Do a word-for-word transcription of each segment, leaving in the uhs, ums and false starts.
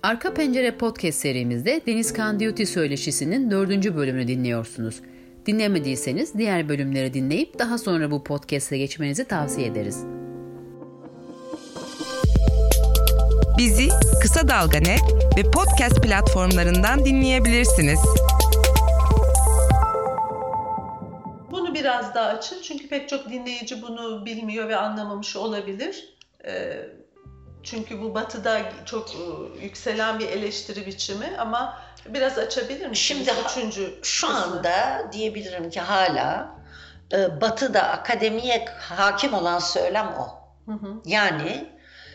Arka Pencere Podcast serimizde Deniz Kandiyoti Söyleşisi'nin dördüncü bölümünü dinliyorsunuz. Dinlemediyseniz diğer bölümleri dinleyip daha sonra bu podcast'e geçmenizi tavsiye ederiz. Bizi Kısa Dalga Net ve podcast platformlarından dinleyebilirsiniz. Bunu biraz daha açın çünkü pek çok dinleyici bunu bilmiyor ve anlamamış olabilir. Ee, çünkü bu Batı'da çok yükselen bir eleştiri biçimi ama biraz açabilir misiniz? Şimdi Üçüncü şu kısmı. anda diyebilirim ki hala e, Batı'da akademiye hakim olan söylem o. Hı hı. Yani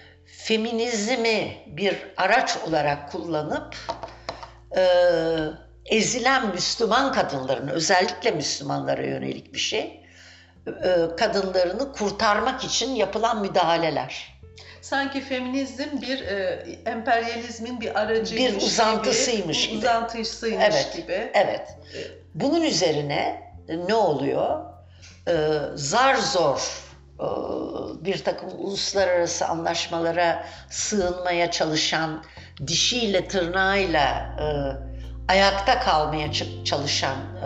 feminizmi bir araç olarak kullanıp e, ezilen Müslüman kadınların, özellikle Müslümanlara yönelik bir şey, e, kadınlarını kurtarmak için yapılan müdahaleler. Sanki feminizm bir e, emperyalizmin bir aracıymış bir uzantısıymış gibi. gibi. Uzantısıymış evet, gibi. Evet. Bunun üzerine ne oluyor? Ee, zar zor e, bir takım uluslararası anlaşmalara sığınmaya çalışan, dişiyle tırnağıyla e, ayakta kalmaya çalışan e,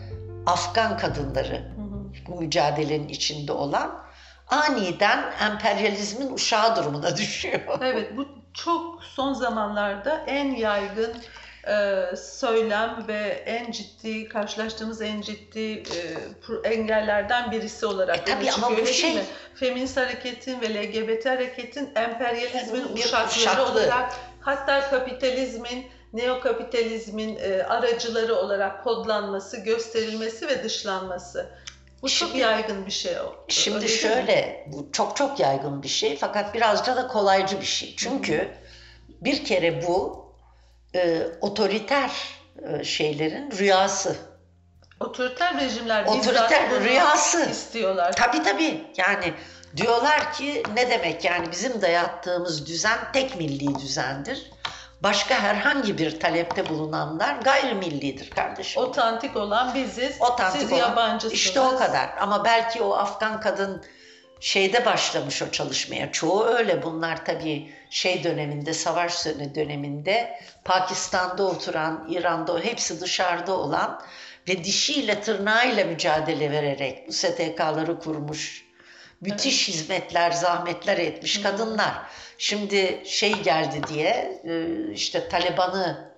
Afgan kadınları, hı hı. bu mücadelenin içinde olan, aniden emperyalizmin uşağı durumuna düşüyor. Evet, bu çok son zamanlarda en yaygın e, söylem ve en ciddi, karşılaştığımız en ciddi e, engellerden birisi olarak. E, tabii ama bu şey... Feminist hareketin ve L G B T hareketin emperyalizmin yani uşakları uşaklı. olarak, hatta kapitalizmin, neokapitalizmin e, aracıları olarak kodlanması, gösterilmesi ve dışlanması. Bu şimdi, çok yaygın bir şey o. Şimdi Öyle şöyle, bu çok çok yaygın bir şey fakat birazca da kolaycı bir şey. Çünkü Hı-hı. bir kere bu e, otoriter e, şeylerin rüyası. Otoriter rejimler otoriter rüyası istiyorlar. Tabii tabii. Yani diyorlar ki ne demek yani bizim dayattığımız düzen tek milli düzendir. Başka herhangi bir talepte bulunanlar gayrimillidir kardeşim. Otantik olan biziz, Otantik siz olan, yabancısınız. İşte o kadar. Ama belki o Afgan kadın şeyde başlamış o çalışmaya. Çoğu öyle. Bunlar tabii şey döneminde, savaş döneminde Pakistan'da oturan, İran'da hepsi dışarıda olan ve dişiyle tırnağıyla mücadele vererek bu S T K'ları kurmuş. Müthiş evet. hizmetler, zahmetler etmiş kadınlar. Şimdi şey geldi diye, işte Taliban'ı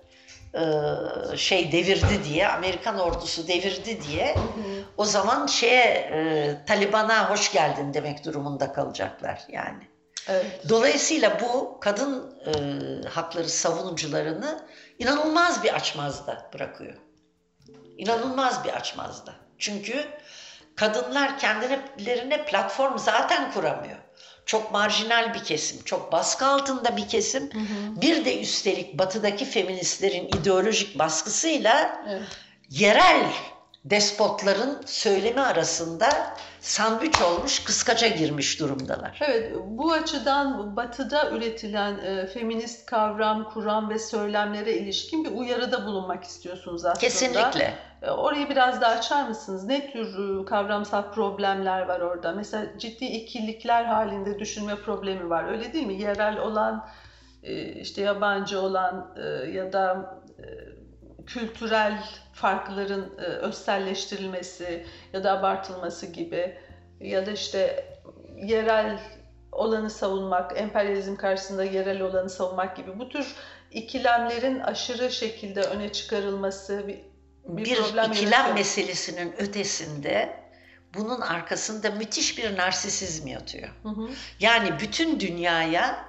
şey devirdi diye, Amerikan ordusu devirdi diye, o zaman şeye Taliban'a hoş geldin demek durumunda kalacaklar yani. Evet. Dolayısıyla bu kadın hakları savunucularını inanılmaz bir açmazda bırakıyor. İnanılmaz bir açmazda. Çünkü kadınlar kendilerine platform zaten kuramıyor. Çok marjinal bir kesim, çok baskı altında bir kesim. Hı hı. Bir de üstelik batıdaki feministlerin ideolojik baskısıyla evet. yerel despotların söylemi arasında sandviç olmuş, kıskaca girmiş durumdalar. Evet, bu açıdan batıda üretilen e, feminist kavram, kuram ve söylemlere ilişkin bir uyarıda bulunmak istiyorsunuz aslında. Kesinlikle. E, orayı biraz daha açar mısınız? Ne tür e, kavramsal problemler var orada? Mesela ciddi ikilikler halinde düşünme problemi var, öyle değil mi? Yerel olan, e, işte yabancı olan e, ya da e, kültürel farkların e, özselleştirilmesi ya da abartılması gibi ya da işte yerel olanı savunmak, emperyalizm karşısında yerel olanı savunmak gibi bu tür ikilemlerin aşırı şekilde öne çıkarılması bir, bir, bir problem ikilem yaratıyor. Meselesinin ötesinde bunun arkasında müthiş bir narsisizm yatıyor. Hı hı. Yani bütün dünyaya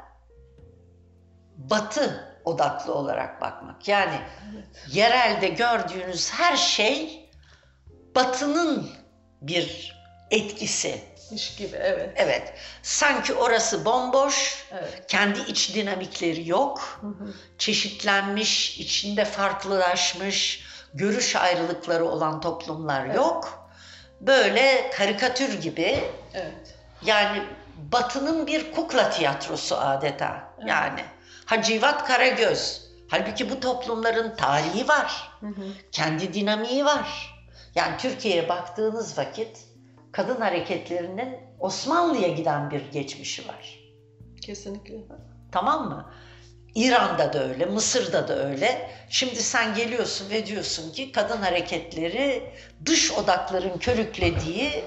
Batı odaklı olarak bakmak. Yani evet. yerelde gördüğünüz her şey Batı'nın bir etkisi. İş gibi, evet. Evet. Sanki orası bomboş, evet. kendi iç dinamikleri yok, hı hı. çeşitlenmiş, içinde farklılaşmış, görüş ayrılıkları olan toplumlar evet. yok. Böyle karikatür gibi. Evet. Yani Batı'nın bir kukla tiyatrosu adeta. Evet. Yani Hacivat Karagöz. Halbuki bu toplumların tarihi var. Hı hı. Kendi dinamiği var. Yani Türkiye'ye baktığınız vakit kadın hareketlerinin Osmanlı'ya giden bir geçmişi var. Kesinlikle. Tamam mı? İran'da da öyle, Mısır'da da öyle. Şimdi sen geliyorsun ve diyorsun ki kadın hareketleri dış odakların körüklediği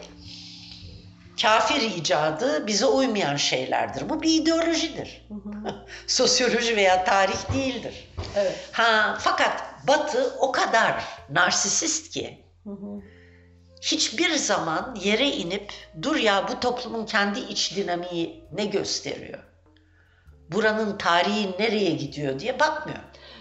kafir icadı, bize uymayan şeylerdir. Bu bir ideolojidir. Hı hı. Sosyoloji veya tarih değildir. Evet. Ha, fakat Batı o kadar narsisist ki hı hı. hiçbir zaman yere inip dur ya bu toplumun kendi iç dinamiği ne gösteriyor? Buranın tarihi nereye gidiyor diye bakmıyor.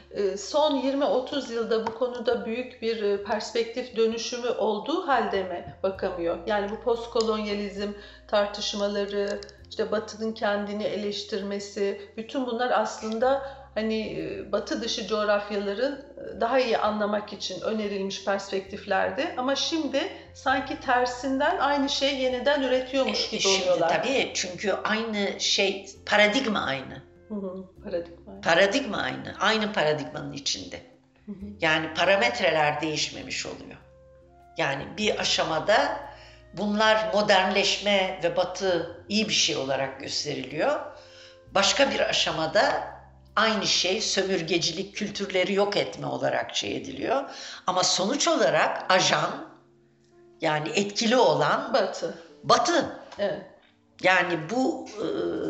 Son yirmi otuz yılda bu konuda büyük bir perspektif dönüşümü olduğu halde mi bakamıyor? Yani bu postkolonyalizm tartışmaları, işte Batı'nın kendini eleştirmesi, bütün bunlar aslında hani Batı dışı coğrafyaların daha iyi anlamak için önerilmiş perspektiflerdi. Ama şimdi sanki tersinden aynı şey yeniden üretiyormuş gibi şimdi oluyorlar. Tabii, çünkü aynı şey, paradigma aynı. Hı hı, paradigma aynı. Paradigma aynı. Aynı paradigmanın içinde. Hı hı. Yani parametreler değişmemiş oluyor. Yani bir aşamada bunlar modernleşme ve Batı iyi bir şey olarak gösteriliyor. Başka bir aşamada aynı şey sömürgecilik, kültürleri yok etme olarak şey ediliyor. Ama sonuç olarak ajan, yani etkili olan Batı. Batı. Evet. Yani bu e,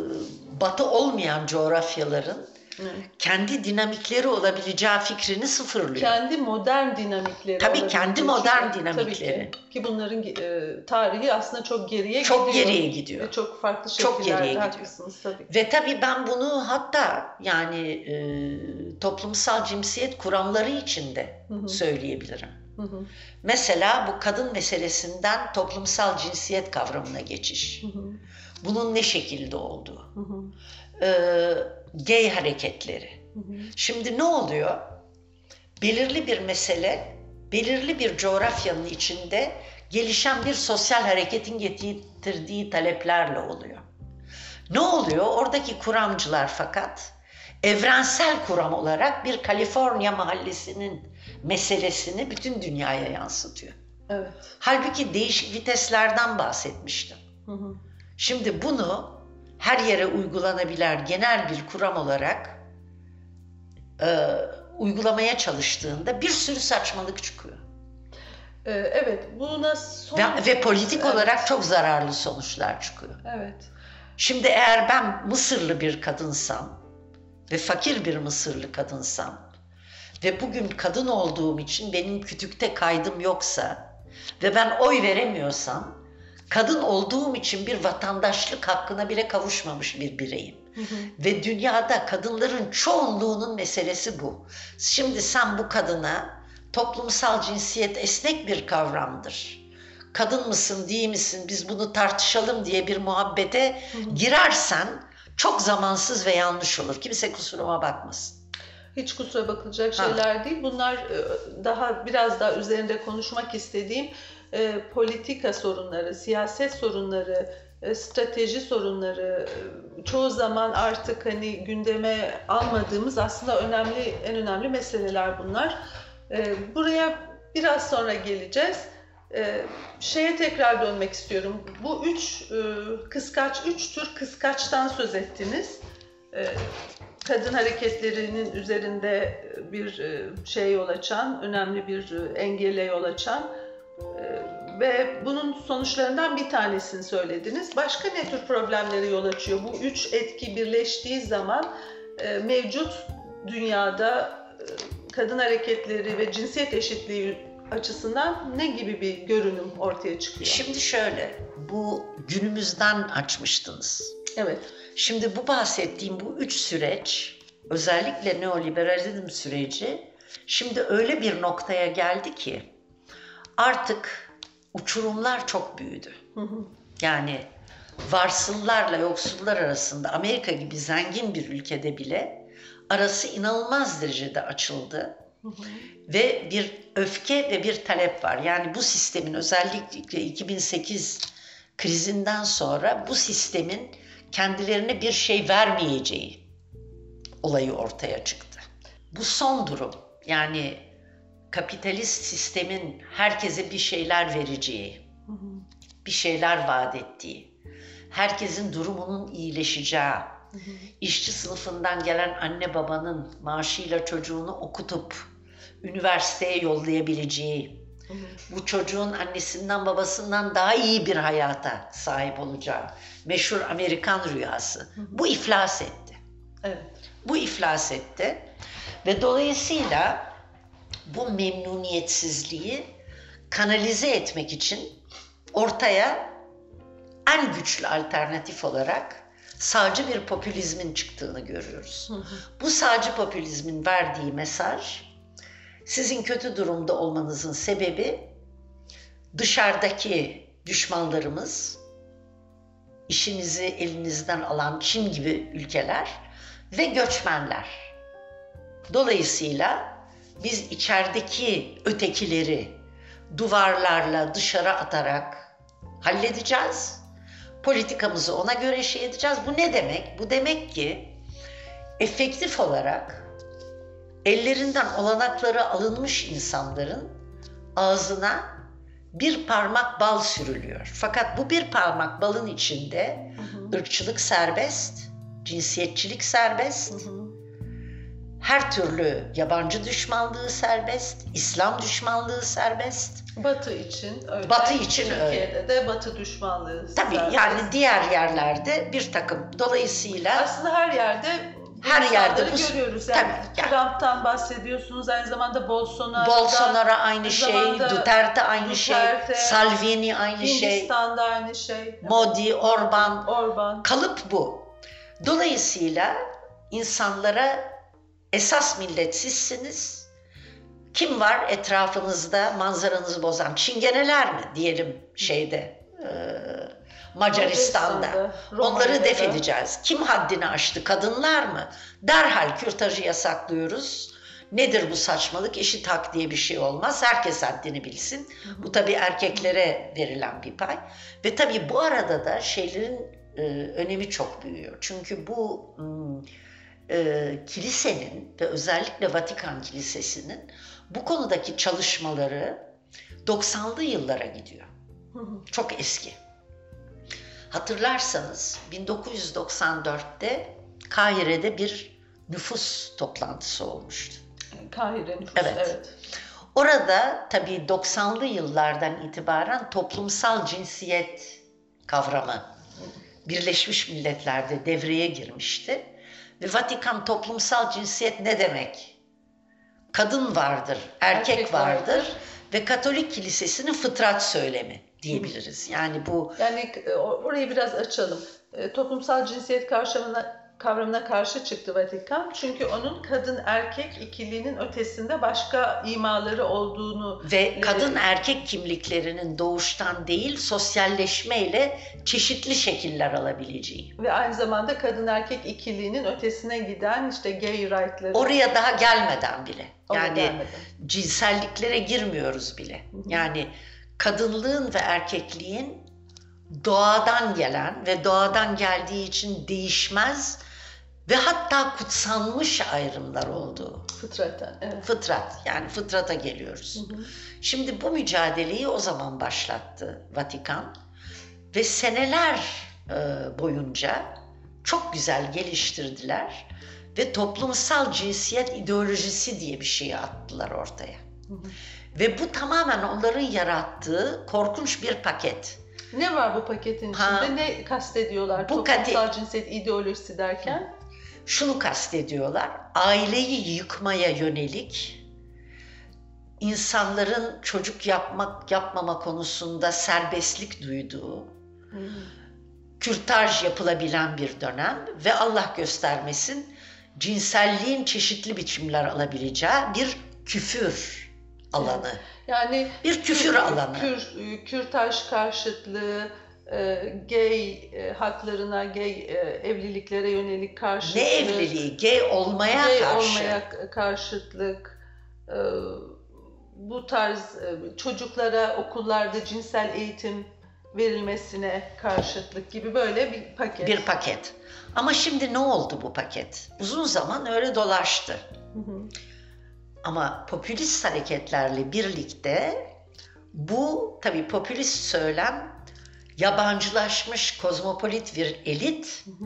Batı olmayan coğrafyaların evet. kendi dinamikleri olabileceği fikrini sıfırlıyor. Kendi modern dinamikleri. Tabii kendi modern çünkü, dinamikleri. Tabii ki, ki bunların e, tarihi aslında çok geriye çok gidiyor. Çok geriye gidiyor. Ve çok farklı şekillerde çok geriye haklısınız tabii. Ve tabii ben bunu hatta yani e, toplumsal cinsiyet kuramları içinde hı hı. söyleyebilirim. Hı hı. Mesela bu kadın meselesinden toplumsal cinsiyet kavramına geçiş. Hı hı. Bunun ne şekilde olduğu. Hı hı. Ee, gay hareketleri. Hı hı. Şimdi ne oluyor? Belirli bir mesele, belirli bir coğrafyanın içinde gelişen bir sosyal hareketin getirdiği taleplerle oluyor. Ne oluyor? Oradaki kuramcılar fakat evrensel kuram olarak bir Kaliforniya mahallesinin meselesini bütün dünyaya yansıtıyor. Evet. Halbuki değişik viteslerden bahsetmiştim. Hı hı. Şimdi bunu her yere uygulanabilen genel bir kuram olarak e, uygulamaya çalıştığında bir sürü saçmalık çıkıyor. Ee, evet, buna son... Ve, ve politik evet. olarak çok zararlı sonuçlar çıkıyor. Evet. Şimdi eğer ben Mısırlı bir kadınsam ve fakir bir Mısırlı kadınsam ve bugün kadın olduğum için benim kütükte kaydım yoksa ve ben oy veremiyorsam, kadın olduğum için bir vatandaşlık hakkına bile kavuşmamış bir bireyim. Hı hı. Ve dünyada kadınların çoğunluğunun meselesi bu. Şimdi sen bu kadına toplumsal cinsiyet esnek bir kavramdır. Kadın mısın, değil misin, biz bunu tartışalım diye bir muhabbete hı hı. girersen çok zamansız ve yanlış olur. Kimse kusuruma bakmasın. Hiç kusura bakılacak şeyler ha. değil. Bunlar daha biraz daha üzerinde konuşmak istediğim e, politika sorunları, siyaset sorunları, e, strateji sorunları, e, çoğu zaman artık hani gündeme almadığımız aslında önemli, en önemli meseleler bunlar. E, buraya biraz sonra geleceğiz. E, şeye tekrar dönmek istiyorum. Bu üç e, kıskaç, üç tür kıskaçtan söz ettiniz. E, kadın hareketlerinin üzerinde bir şey yol açan, önemli bir engele yol açan ve bunun sonuçlarından bir tanesini söylediniz. Başka ne tür problemleri yol açıyor? Bu üç etki birleştiği zaman mevcut dünyada kadın hareketleri ve cinsiyet eşitliği açısından ne gibi bir görünüm ortaya çıkıyor? Şimdi şöyle, bu günümüzden açmıştınız. Evet. Şimdi bu bahsettiğim bu üç süreç, özellikle neoliberalizm süreci, şimdi öyle bir noktaya geldi ki artık uçurumlar çok büyüdü. Hı hı. Yani varsıllarla yoksullar arasında Amerika gibi zengin bir ülkede bile arası inanılmaz derecede açıldı. Hı hı. Ve bir öfke ve bir talep var. Yani bu sistemin özellikle iki bin sekiz krizinden sonra bu sistemin kendilerine bir şey vermeyeceği olayı ortaya çıktı. Bu son durum, yani kapitalist sistemin herkese bir şeyler vereceği, hı hı. bir şeyler vaat ettiği, herkesin durumunun iyileşeceği, Hı hı. İşçi sınıfından gelen anne babanın maaşıyla çocuğunu okutup üniversiteye yollayabileceği, hı hı. bu çocuğun annesinden babasından daha iyi bir hayata sahip olacağı meşhur Amerikan rüyası. Hı hı. Bu iflas etti. Evet. Bu iflas etti ve dolayısıyla bu memnuniyetsizliği kanalize etmek için ortaya en güçlü alternatif olarak sağcı bir popülizmin çıktığını görüyoruz. Hı hı. Bu sağcı popülizmin verdiği mesaj, sizin kötü durumda olmanızın sebebi dışarıdaki düşmanlarımız, işinizi elinizden alan Çin gibi ülkeler ve göçmenler. Dolayısıyla biz içerideki ötekileri duvarlarla dışarı atarak halledeceğiz. Politikamızı ona göre şey edeceğiz. Bu ne demek? Bu demek ki efektif olarak ellerinden olanakları alınmış insanların ağzına bir parmak bal sürülüyor. Fakat bu bir parmak balın içinde hı hı. ırkçılık serbest, cinsiyetçilik serbest, hı hı. her türlü yabancı düşmanlığı serbest, İslam düşmanlığı serbest. Batı için öyle. Batı için Türkiye'de öyle. Türkiye'de de Batı düşmanlığı Tabii serbest. yani diğer yerlerde bir takım. Dolayısıyla aslında her yerde her yerde bu görüyoruz. Yani, tabii, yani Trump'tan bahsediyorsunuz, aynı zamanda Bolsonaro. Bolsonaro aynı şey, Duterte aynı Duterte, şey, Salvini aynı şey, Hindistan'da aynı şey. Modi, Orban. Orban. Kalıp bu. Dolayısıyla insanlara esas millet sizsiniz. Kim var etrafınızda manzaranızı bozan? Çingeneler mi diyelim şeyde e, Macaristan'da. Macaristan'da onları def edeceğiz. Kim haddini aştı? Kadınlar mı? Derhal kürtajı yasaklıyoruz. Nedir bu saçmalık? Eşit hak diye bir şey olmaz. Herkes haddini bilsin. Bu tabii erkeklere verilen bir pay. Ve tabii bu arada da şeylerin e, önemi çok büyüyor. Çünkü bu e, kilisenin ve özellikle Vatikan Kilisesi'nin bu konudaki çalışmaları doksanlı yıllara gidiyor. Çok eski. Hatırlarsanız bin dokuz yüz doksan dörtte Kahire'de bir nüfus toplantısı olmuştu. Kahire nüfusu, evet. evet. Orada tabii doksanlı yıllardan itibaren toplumsal cinsiyet kavramı Birleşmiş Milletler'de devreye girmişti. Ve Vatikan toplumsal cinsiyet ne demek? Kadın vardır, erkek, erkek vardır, vardır ve Katolik Kilisesi'nin fıtrat söylemi diyebiliriz. Yani bu... Yani orayı biraz açalım. Toplumsal cinsiyet kavramına, kavramına karşı çıktı Vatikan. Çünkü onun kadın erkek ikiliğinin ötesinde başka imaları olduğunu... Ve kadın erkek kimliklerinin doğuştan değil sosyalleşmeyle çeşitli şekiller alabileceği. Ve aynı zamanda kadın erkek ikiliğinin ötesine giden işte gay right'ları... Oraya daha gelmeden bile. Oraya yani gelmeden. Cinselliklere girmiyoruz bile. Hı hı. Yani kadınlığın ve erkekliğin doğadan gelen ve doğadan geldiği için değişmez ve hatta kutsanmış ayrımlar olduğu. Fıtraten, evet. Fıtrat, yani fıtrata geliyoruz. Hı hı. Şimdi bu mücadeleyi o zaman başlattı Vatikan ve seneler boyunca çok güzel geliştirdiler ve toplumsal cinsiyet ideolojisi diye bir şeyi attılar ortaya. Hı hı. Ve bu tamamen onların yarattığı korkunç bir paket. Ne var bu paketin içinde? Ha, ne kastediyorlar bu toplumsal kate... cinsiyet ideolojisi derken? Şunu kastediyorlar, aileyi yıkmaya yönelik insanların çocuk yapmak yapmama konusunda serbestlik duyduğu, hmm. kürtaj yapılabilen bir dönem ve Allah göstermesin cinselliğin çeşitli biçimler alabileceği bir küfür alanı. Yani bir küfür kür, alanı. Kür, kürtaj karşıtlığı, gay haklarına, gay evliliklere yönelik karşıtlık. Ne evliliği? Gay olmaya gay karşı. olmaya karşıtlık. Bu tarz çocuklara okullarda cinsel eğitim verilmesine karşıtlık gibi böyle bir paket. Bir paket. Ama şimdi ne oldu bu paket? Uzun zaman öyle dolaştı. Hı hı. Ama popülist hareketlerle birlikte bu tabii popülist söylem yabancılaşmış kozmopolit bir elit hı hı.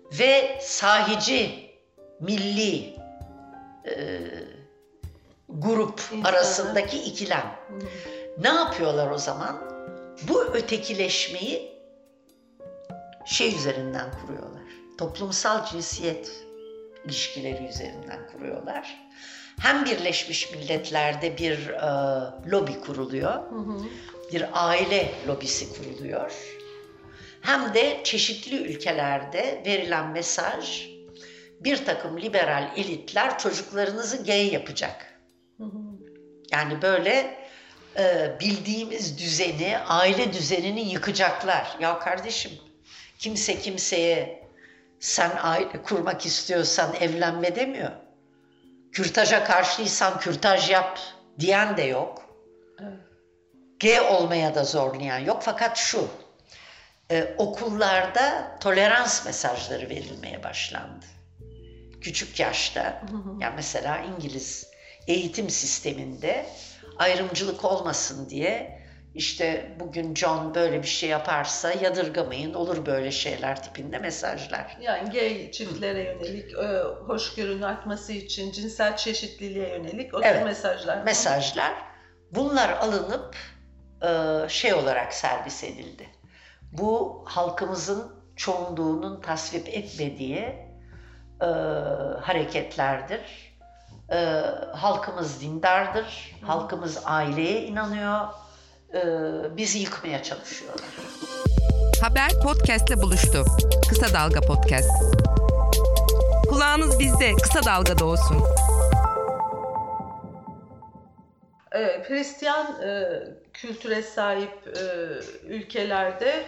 ve sahici, milli e, grup İnsanlar. arasındaki ikilem. Hı. Ne yapıyorlar o zaman? Bu ötekileşmeyi şey üzerinden kuruyorlar. Toplumsal cinsiyet ilişkileri üzerinden kuruyorlar. Hem Birleşmiş Milletler'de bir e, lobi kuruluyor, Hı hı. bir aile lobisi kuruluyor. Hem de çeşitli ülkelerde verilen mesaj, bir takım liberal elitler çocuklarınızı gay yapacak. Hı hı. Yani böyle e, bildiğimiz düzeni, aile düzenini yıkacaklar. Ya kardeşim, kimse kimseye sen aile kurmak istiyorsan evlenme demiyor. Kürtaja karşıysan kürtaj yap diyen de yok. Evet. Gay olmaya da zorlayan yok. Fakat şu, e, okullarda tolerans mesajları verilmeye başlandı. Küçük yaşta, yani mesela İngiliz eğitim sisteminde ayrımcılık olmasın diye işte bugün John böyle bir şey yaparsa yadırgamayın, olur böyle şeyler tipinde mesajlar. Yani gay çiftlere yönelik, e, hoşgörünün artması için cinsel çeşitliliğe yönelik o tür Evet, mesajlar. Mesajlar. Bunlar alınıp e, şey olarak servis edildi. Bu halkımızın çoğunluğunun tasvip etmediği e, hareketlerdir. E, halkımız dindardır, halkımız aileye inanıyor, e, bizi yıkmaya çalışıyorlar. Haber podcast'le buluştu. Kısa Dalga Podcast. Kulağınız bizde, Kısa Dalga'da olsun. E, Hristiyan e, kültüre sahip e, ülkelerde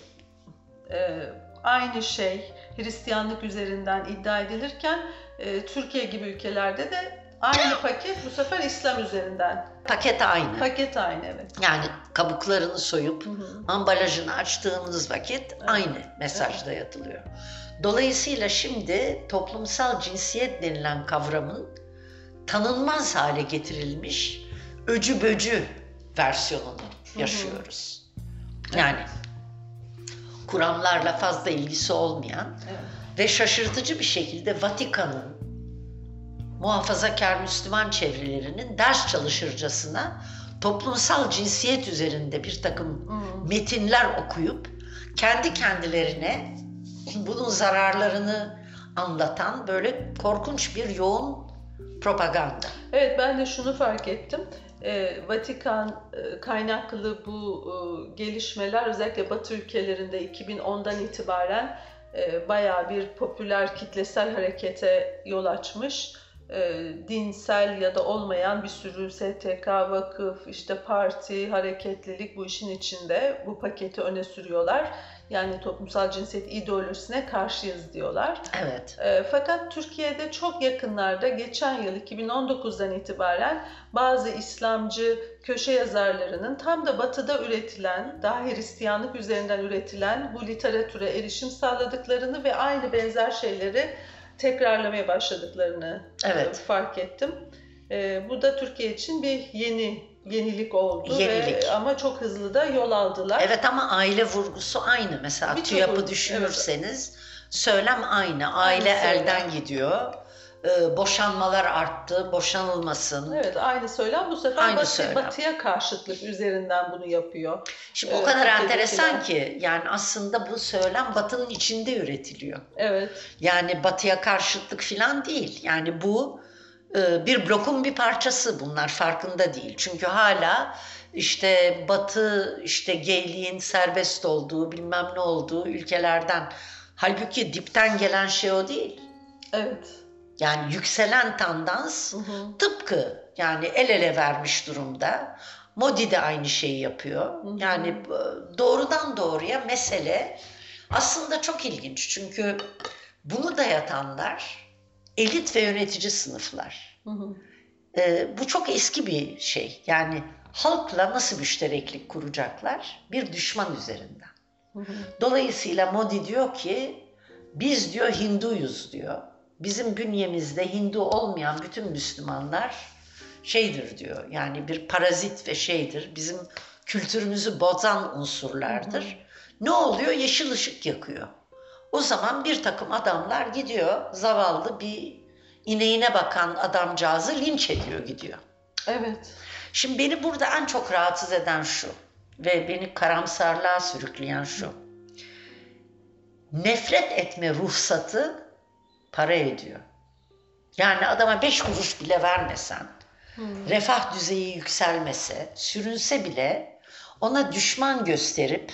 e, aynı şey Hristiyanlık üzerinden iddia edilirken e, Türkiye gibi ülkelerde de aynı paket bu sefer İslam üzerinden. Paket aynı. Paket aynı, evet. Yani kabuklarını soyup Hı hı. ambalajını açtığınız vakit aynı mesajda yatılıyor. Dolayısıyla şimdi toplumsal cinsiyet denilen kavramın tanınmaz hale getirilmiş öcü böcü versiyonunu yaşıyoruz. Yani kuramlarla fazla ilgisi olmayan Evet. ve şaşırtıcı bir şekilde Vatikan'ın muhafazakar Müslüman çevrelerinin ders çalışırcasına toplumsal cinsiyet üzerinde bir takım Hmm. metinler okuyup kendi kendilerine bunun zararlarını anlatan böyle korkunç bir yoğun propaganda. Evet, ben de şunu fark ettim. E, Vatikan e, kaynaklı bu e, gelişmeler özellikle Batı ülkelerinde iki bin ondan itibaren e, bayağı bir popüler kitlesel harekete yol açmış. E, dinsel ya da olmayan bir sürü S T K, vakıf, işte parti, hareketlilik bu işin içinde, bu paketi öne sürüyorlar. Yani toplumsal cinsiyet ideolojisine karşıyız diyorlar. Evet. E, fakat Türkiye'de çok yakınlarda geçen yıl iki bin on dokuzdan itibaren bazı İslamcı köşe yazarlarının tam da Batı'da üretilen, daha Hristiyanlık üzerinden üretilen bu literatüre erişim sağladıklarını ve aynı benzer şeyleri tekrarlamaya başladıklarını Evet. e, fark ettim. E, bu da Türkiye için bir yeni yenilik oldu Yenilik. ve ama çok hızlı da yol aldılar. Evet ama aile vurgusu aynı. Mesela Birçok TÜYAP'ı vurgu, düşünürseniz söylem aynı. Aile Aynı söylem. elden gidiyor. Ee, boşanmalar arttı, boşanılmasın. Evet, aynı söylem bu sefer Aynı batı, söylem. batıya karşıtlık üzerinden bunu yapıyor. Şimdi Ee, o kadar Türkiye'dekiler- enteresan ki yani aslında bu söylem Batı'nın içinde üretiliyor. Evet, Yani Batı'ya karşıtlık falan değil. Yani bu e, bir blokun bir parçası, bunlar farkında değil. Çünkü hala işte Batı işte gayliğin serbest olduğu bilmem ne olduğu ülkelerden, halbuki dipten gelen şey o değil. evet. Yani yükselen tendans Hı hı. tıpkı yani el ele vermiş durumda. Modi de aynı şeyi yapıyor. Hı hı. Yani e, doğrudan doğruya mesele aslında çok ilginç. Çünkü bunu dayatanlar elit ve yönetici sınıflar. Hı hı. E, bu çok eski bir şey. Yani halkla nasıl müştereklik kuracaklar? Bir düşman üzerinden. Hı hı. Dolayısıyla Modi diyor ki biz diyor Hinduyuz diyor. Bizim bünyemizde Hindu olmayan bütün Müslümanlar şeydir diyor. Yani bir parazit ve şeydir. Bizim kültürümüzü bozan unsurlardır. Ne oluyor? Yeşil ışık yakıyor. O zaman bir takım adamlar gidiyor, zavallı bir ineğine bakan adamcağızı linç ediyor gidiyor. Evet. Şimdi beni burada en çok rahatsız eden şu ve beni karamsarlığa sürükleyen şu. Nefret etme ruhsatı para ediyor. Yani adama beş kuruş bile vermesen, hmm. refah düzeyi yükselmese, sürünse bile ona düşman gösterip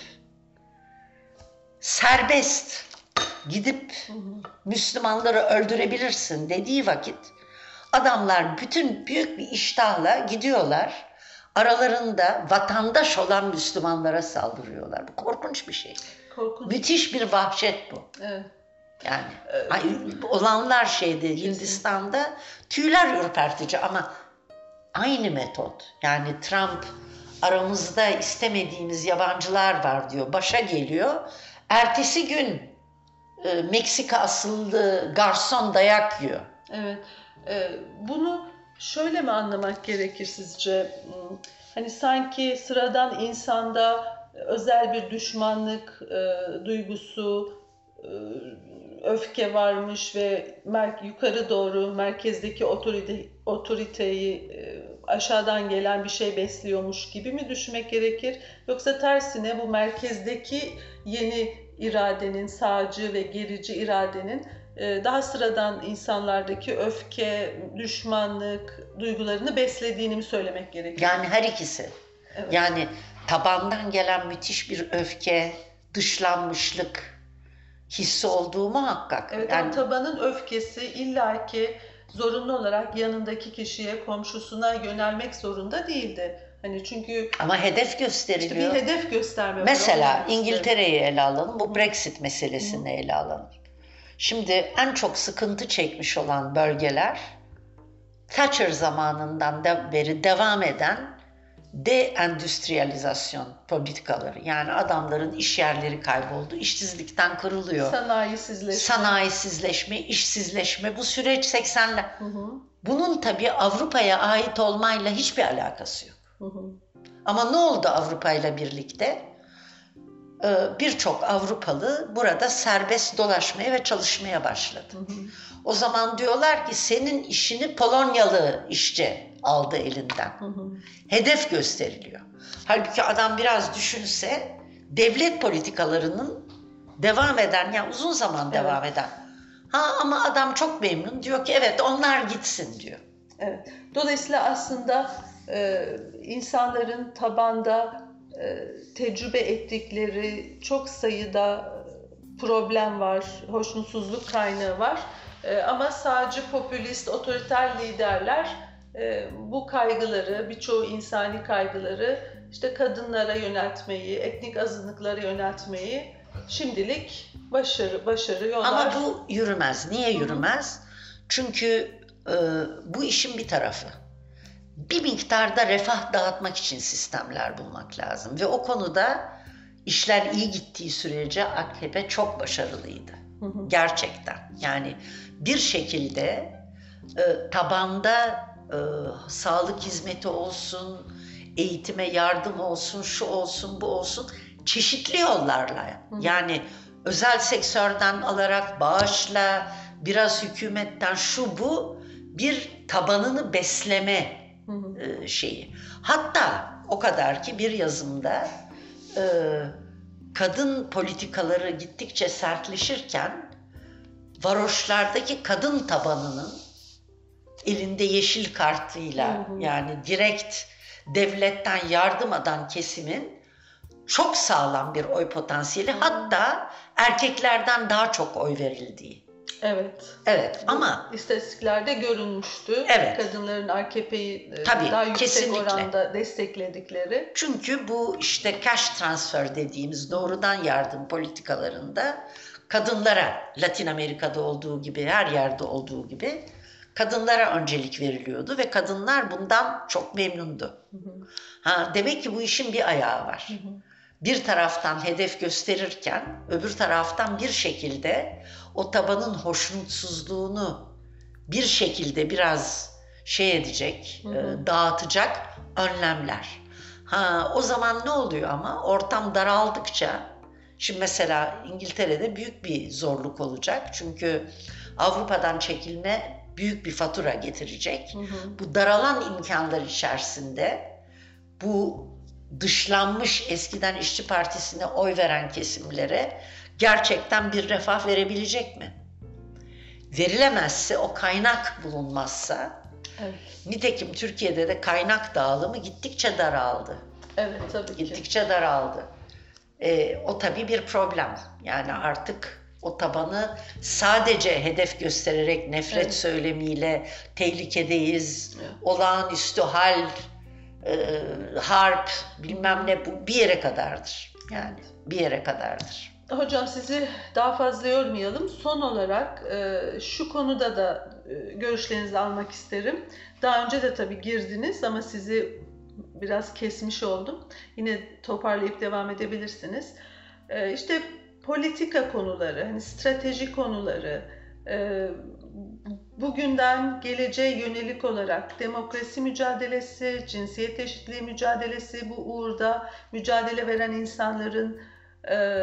serbest gidip hmm. Müslümanları öldürebilirsin dediği vakit adamlar bütün büyük bir iştahla gidiyorlar. Aralarında vatandaş olan Müslümanlara saldırıyorlar. Bu korkunç bir şey. Korkunç. Müthiş bir vahşet bu. Evet. Yani evet. Olanlar şeyde kesinlikle. Hindistan'da tüyler ürpertici ama aynı metot. Yani Trump aramızda istemediğimiz yabancılar var diyor. Başa geliyor. Ertesi gün e, Meksika asıllı garson dayak yiyor. Evet. E, bunu şöyle mi anlamak gerekir sizce? Hani sanki sıradan insanda özel bir düşmanlık e, duygusu, e, öfke varmış ve mer- yukarı doğru merkezdeki otorite, otoriteyi e, aşağıdan gelen bir şey besliyormuş gibi mi düşünmek gerekir? Yoksa tersine bu merkezdeki yeni iradenin, sağcı ve gerici iradenin e, daha sıradan insanlardaki öfke, düşmanlık duygularını beslediğini mi söylemek gerekir? Yani her ikisi. Evet. Yani tabandan gelen müthiş bir öfke, dışlanmışlık hissi olduğu muhakkak. Evet, yani, ama tabanın öfkesi illaki zorunlu olarak yanındaki kişiye, komşusuna yönelmek zorunda değildi. Hani çünkü ama hedef gösteriliyor. İşte bir hedef gösterme. Mesela İngiltere'yi ele alalım, bu Brexit meselesini Hı. ele alalım. Şimdi en çok sıkıntı çekmiş olan bölgeler Thatcher zamanından da beri devam eden de-endüstriyalizasyon politikaları. Yani adamların iş yerleri kayboldu, işsizlikten kırılıyor. Sanayisizleşme. Sanayisizleşme, işsizleşme. Bu süreç seksenler. Hı hı. Bunun tabii Avrupa'ya ait olmayla hiçbir alakası yok. Hı hı. Ama ne oldu Avrupa'yla birlikte? Birçok Avrupalı burada serbest dolaşmaya ve çalışmaya başladı. Hı hı. O zaman diyorlar ki senin işini Polonyalı işçi aldı elinden. Hı hı. Hedef gösteriliyor. Halbuki adam biraz düşünse devlet politikalarının devam eden, yani uzun zaman evet. devam eden. Ha ama adam çok memnun, diyor ki evet onlar gitsin diyor. Evet. Dolayısıyla aslında e, insanların tabanda e, tecrübe ettikleri çok sayıda problem var, hoşnutsuzluk kaynağı var. E, ama sağcı, popülist, otoriter liderler e, bu kaygıları, birçoğu insani kaygıları işte kadınlara yöneltmeyi, etnik azınlıklara yöneltmeyi şimdilik başarı, başarıyorlar. Ama bu yürümez. Niye yürümez? Hı-hı. Çünkü e, bu işin bir tarafı. Bir miktarda refah dağıtmak için sistemler bulmak lazım. Ve o konuda işler iyi gittiği sürece A K P çok başarılıydı. Hı hı. Gerçekten. Yani bir şekilde e, tabanda e, sağlık hizmeti olsun, eğitime yardım olsun, şu olsun, bu olsun, çeşitli yollarla. Hı hı. Yani özel sektörden alarak, bağışla, biraz hükümetten, şu bu, bir tabanını besleme hı hı. E, şeyi. Hatta o kadar ki bir yazımda e, kadın politikaları gittikçe sertleşirken varoşlardaki kadın tabanının elinde yeşil kartıyla hı hı. yani direkt devletten yardım alan kesimin çok sağlam bir oy potansiyeli, hı hı. hatta erkeklerden daha çok oy verildiği. Evet. Evet bu ama istatistiklerde görünmüştü. Evet. Kadınların A K P'yi Tabii, daha yüksek kesinlikle. oranda destekledikleri. Çünkü bu işte cash transfer dediğimiz doğrudan yardım politikalarında kadınlara, Latin Amerika'da olduğu gibi, her yerde olduğu gibi kadınlara öncelik veriliyordu ve kadınlar bundan çok memnundu. Hı hı. Ha, demek ki bu işin bir ayağı var. Hı hı. Bir taraftan hedef gösterirken öbür taraftan bir şekilde o tabanın hoşnutsuzluğunu bir şekilde biraz şey edecek, hı hı. E, dağıtacak önlemler. Ha, o zaman ne oluyor ama? Ortam daraldıkça Şimdi mesela İngiltere'de büyük bir zorluk olacak. Çünkü Avrupa'dan çekilme büyük bir fatura getirecek. Hı hı. Bu daralan imkanlar içerisinde bu dışlanmış eskiden İşçi Partisi'ne oy veren kesimlere gerçekten bir refah verebilecek mi? Verilemezse, o kaynak bulunmazsa, evet. Nitekim Türkiye'de de kaynak dağılımı gittikçe daraldı. Evet, tabii ki. Gittikçe daraldı. Ee, o tabii bir problem. Yani artık o tabanı sadece hedef göstererek nefret evet. söylemiyle tehlikedeyiz, evet. olağanüstü hal, e, harp, bilmem ne, bu bir yere kadardır. Yani bir yere kadardır. Hocam sizi daha fazla yormayalım. Son olarak e, şu konuda da e, görüşlerinizi almak isterim. Daha önce de tabii girdiniz ama sizi biraz kesmiş oldum. Yine toparlayıp devam edebilirsiniz. E, işte politika konuları, hani strateji konuları, e, bugünden geleceğe yönelik olarak demokrasi mücadelesi, cinsiyet eşitliği mücadelesi, bu uğurda mücadele veren insanların e,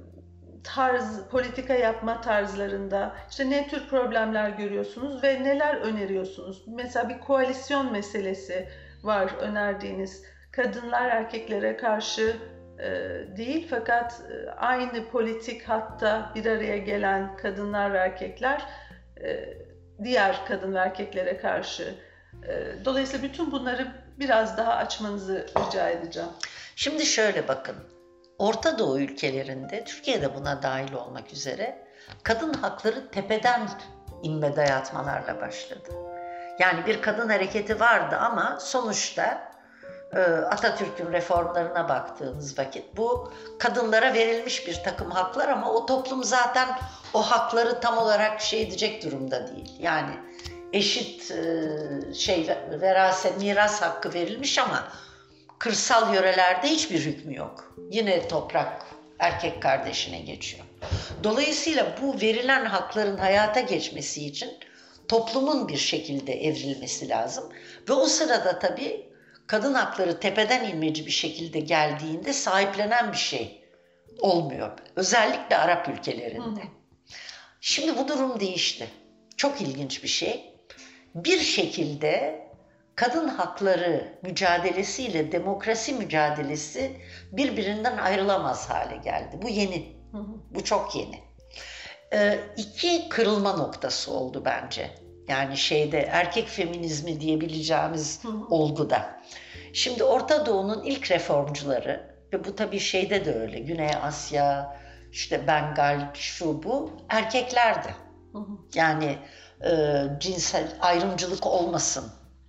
tarz, politika yapma tarzlarında işte ne tür problemler görüyorsunuz ve neler öneriyorsunuz? Mesela bir koalisyon meselesi var önerdiğiniz. Kadınlar erkeklere karşı e, değil fakat e, aynı politik hatta bir araya gelen kadınlar ve erkekler e, diğer kadın ve erkeklere karşı. E, dolayısıyla bütün bunları biraz daha açmanızı rica edeceğim. Şimdi şöyle bakın. Orta Doğu ülkelerinde, Türkiye'de buna dahil olmak üzere, kadın hakları tepeden inme dayatmalarla başladı. Yani bir kadın hareketi vardı ama sonuçta e, Atatürk'ün reformlarına baktığınız vakit bu kadınlara verilmiş bir takım haklar ama o toplum zaten o hakları tam olarak şey edecek durumda değil. Yani eşit e, şey veraset, miras hakkı verilmiş ama kırsal yörelerde hiçbir hükmü yok. Yine toprak erkek kardeşine geçiyor. Dolayısıyla bu verilen hakların hayata geçmesi için toplumun bir şekilde evrilmesi lazım. Ve o sırada tabii kadın hakları tepeden inmeci bir şekilde geldiğinde sahiplenen bir şey olmuyor. Özellikle Arap ülkelerinde. Hı. Şimdi bu durum değişti. Çok ilginç bir şey. Bir şekilde kadın hakları mücadelesiyle demokrasi mücadelesi birbirinden ayrılamaz hale geldi. Bu yeni. Hı hı. Bu çok yeni. Ee, iki kırılma noktası oldu bence. Yani şeyde erkek feminizmi diyebileceğimiz hı hı. olguda. Şimdi Orta Doğu'nun ilk reformcuları ve bu tabii şeyde de öyle. Güney Asya, işte Bengal, şu bu erkeklerdi. Hı hı. Yani e, cinsel ayrımcılık olmasın.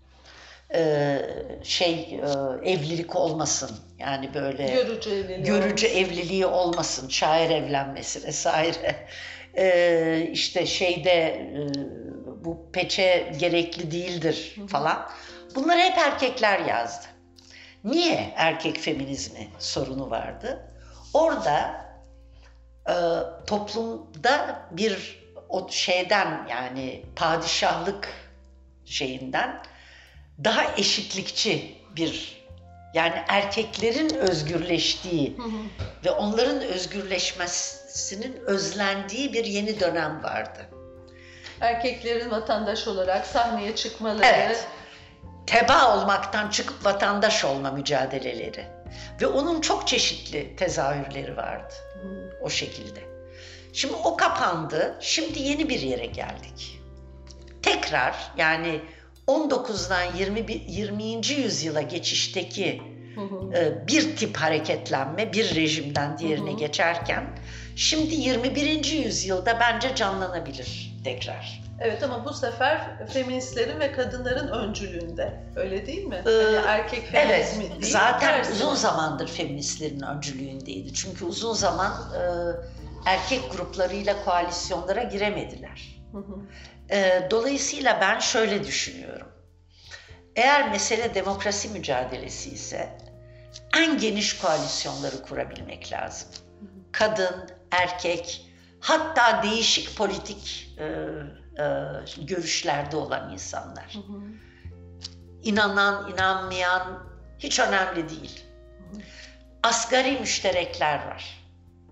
Ee, şey e, evlilik olmasın, yani böyle görücü evliliği, görücü olmasın. evliliği olmasın, şair evlenmesi vesaire. Ee, işte şeyde e, bu peçe gerekli değildir falan. Bunları hep erkekler yazdı. Niye erkek feminizmi sorunu vardı? Orada e, toplumda bir o şeyden, yani padişahlık şeyinden daha eşitlikçi bir, yani erkeklerin özgürleştiği hı hı. ve onların özgürleşmesinin özlendiği bir yeni dönem vardı. Erkeklerin vatandaş olarak sahneye çıkmaları. Evet. Teba olmaktan çıkıp vatandaş olma mücadeleleri. Ve onun çok çeşitli tezahürleri vardı. Hı. O şekilde. Şimdi o kapandı. Şimdi yeni bir yere geldik. Tekrar, yani on dokuzdan yirminci yüzyıla geçişteki hı hı. E, bir tip hareketlenme, bir rejimden diğerine hı hı. geçerken şimdi yirmi birinci yüzyılda bence canlanabilir tekrar. Evet, ama bu sefer feministlerin ve kadınların öncülüğünde, öyle değil mi? Ee, hani erkek feminizmi evet, değil. Zaten uzun zaman. zamandır feministlerin öncülüğündeydi. Çünkü uzun zaman e, erkek gruplarıyla koalisyonlara giremediler. Hı hı. E, dolayısıyla ben şöyle düşünüyorum. Eğer mesele demokrasi mücadelesi ise en geniş koalisyonları kurabilmek lazım. Hı hı. Kadın, erkek, hatta değişik politik e, e, görüşlerde olan insanlar. Hı hı. İnanan, inanmayan hiç önemli değil. Hı hı. Asgari müşterekler var.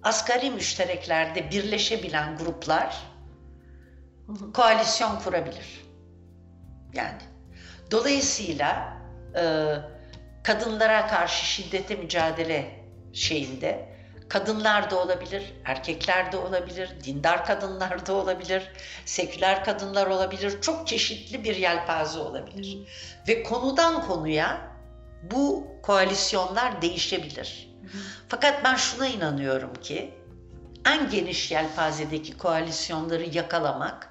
asgari müştereklerde birleşebilen gruplar koalisyon kurabilir. Yani dolayısıyla e, kadınlara karşı şiddete mücadele şeyinde kadınlar da olabilir, erkekler de olabilir, dindar kadınlar da olabilir, seküler kadınlar olabilir, çok çeşitli bir yelpaze olabilir. Hı. Ve konudan konuya bu koalisyonlar değişebilir. Hı. Fakat ben şuna inanıyorum ki en geniş yelpazedeki koalisyonları yakalamak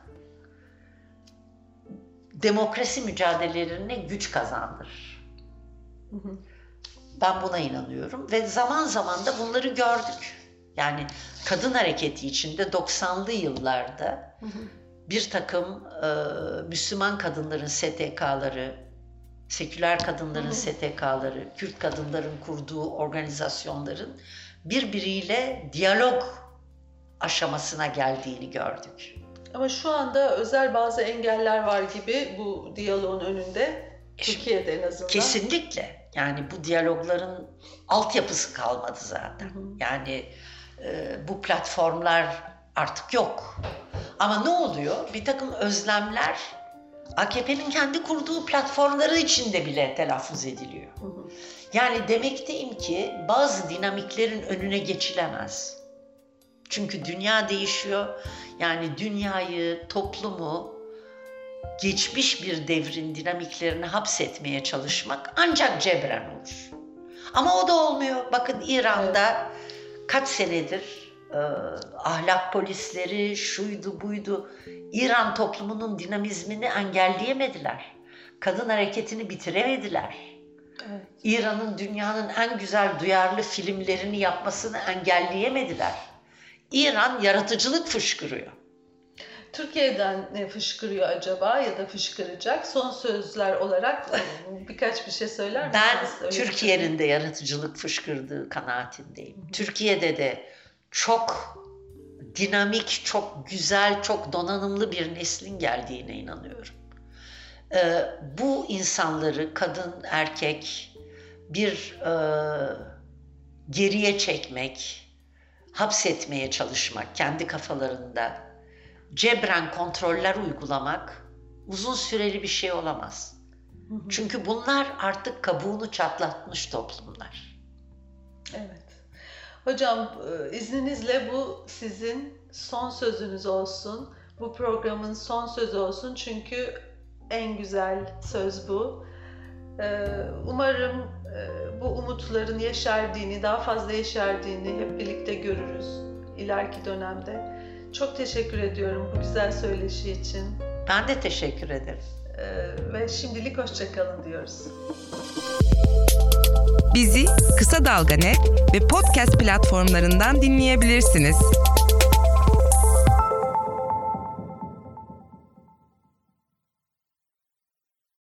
demokrasi mücadelelerine güç kazandırır. Hı hı. Ben buna inanıyorum ve zaman zaman da bunları gördük. Yani kadın hareketi içinde doksanlı yıllarda hı hı. bir takım e, Müslüman kadınların S T K'ları, seküler kadınların hı hı. S T K'ları, Kürt kadınların kurduğu organizasyonların birbiriyle diyalog aşamasına geldiğini gördük. Ama şu anda özel bazı engeller var gibi bu diyaloğun önünde, Türkiye'de en azından. Kesinlikle. Yani bu diyalogların altyapısı kalmadı zaten. Hı hı. Yani e, bu platformlar artık yok. Ama ne oluyor? Bir takım özlemler A K P'nin kendi kurduğu platformları içinde bile telaffuz ediliyor. Hı hı. Yani demekteyim ki bazı dinamiklerin önüne geçilemez. Çünkü dünya değişiyor. Yani dünyayı, toplumu geçmiş bir devrin dinamiklerini hapsetmeye çalışmak ancak cebren olur. Ama o da olmuyor. Bakın İran'da kaç senedir e, ahlak polisleri, şuydu buydu, İran toplumunun dinamizmini engelleyemediler. Kadın hareketini bitiremediler. Evet. İran'ın dünyanın en güzel duyarlı filmlerini yapmasını engelleyemediler. İran yaratıcılık fışkırıyor. Türkiye'den ne fışkırıyor acaba ya da fışkıracak? Son sözler olarak birkaç bir şey söyler misiniz? Ben Türkiye'nin de yaratıcılık fışkırdığı kanaatindeyim. Hı-hı. Türkiye'de de çok dinamik, çok güzel, çok donanımlı bir neslin geldiğine inanıyorum. Ee, bu insanları kadın, erkek bir e, geriye çekmek, hapsetmeye çalışmak kendi kafalarında, cebren kontroller uygulamak uzun süreli bir şey olamaz. Hı hı. Çünkü bunlar artık kabuğunu çatlatmış toplumlar. Evet. Hocam izninizle bu sizin son sözünüz olsun. Bu programın son sözü olsun. Çünkü en güzel söz bu. Umarım bu umutların yeşerdiğini, daha fazla yeşerdiğini hep birlikte görürüz ileriki dönemde. Çok teşekkür ediyorum bu güzel söyleşi için. Ben de teşekkür ederim. Ee, ve şimdilik hoşça kalın diyoruz. Bizi Kısa Dalga Net ve podcast platformlarından dinleyebilirsiniz.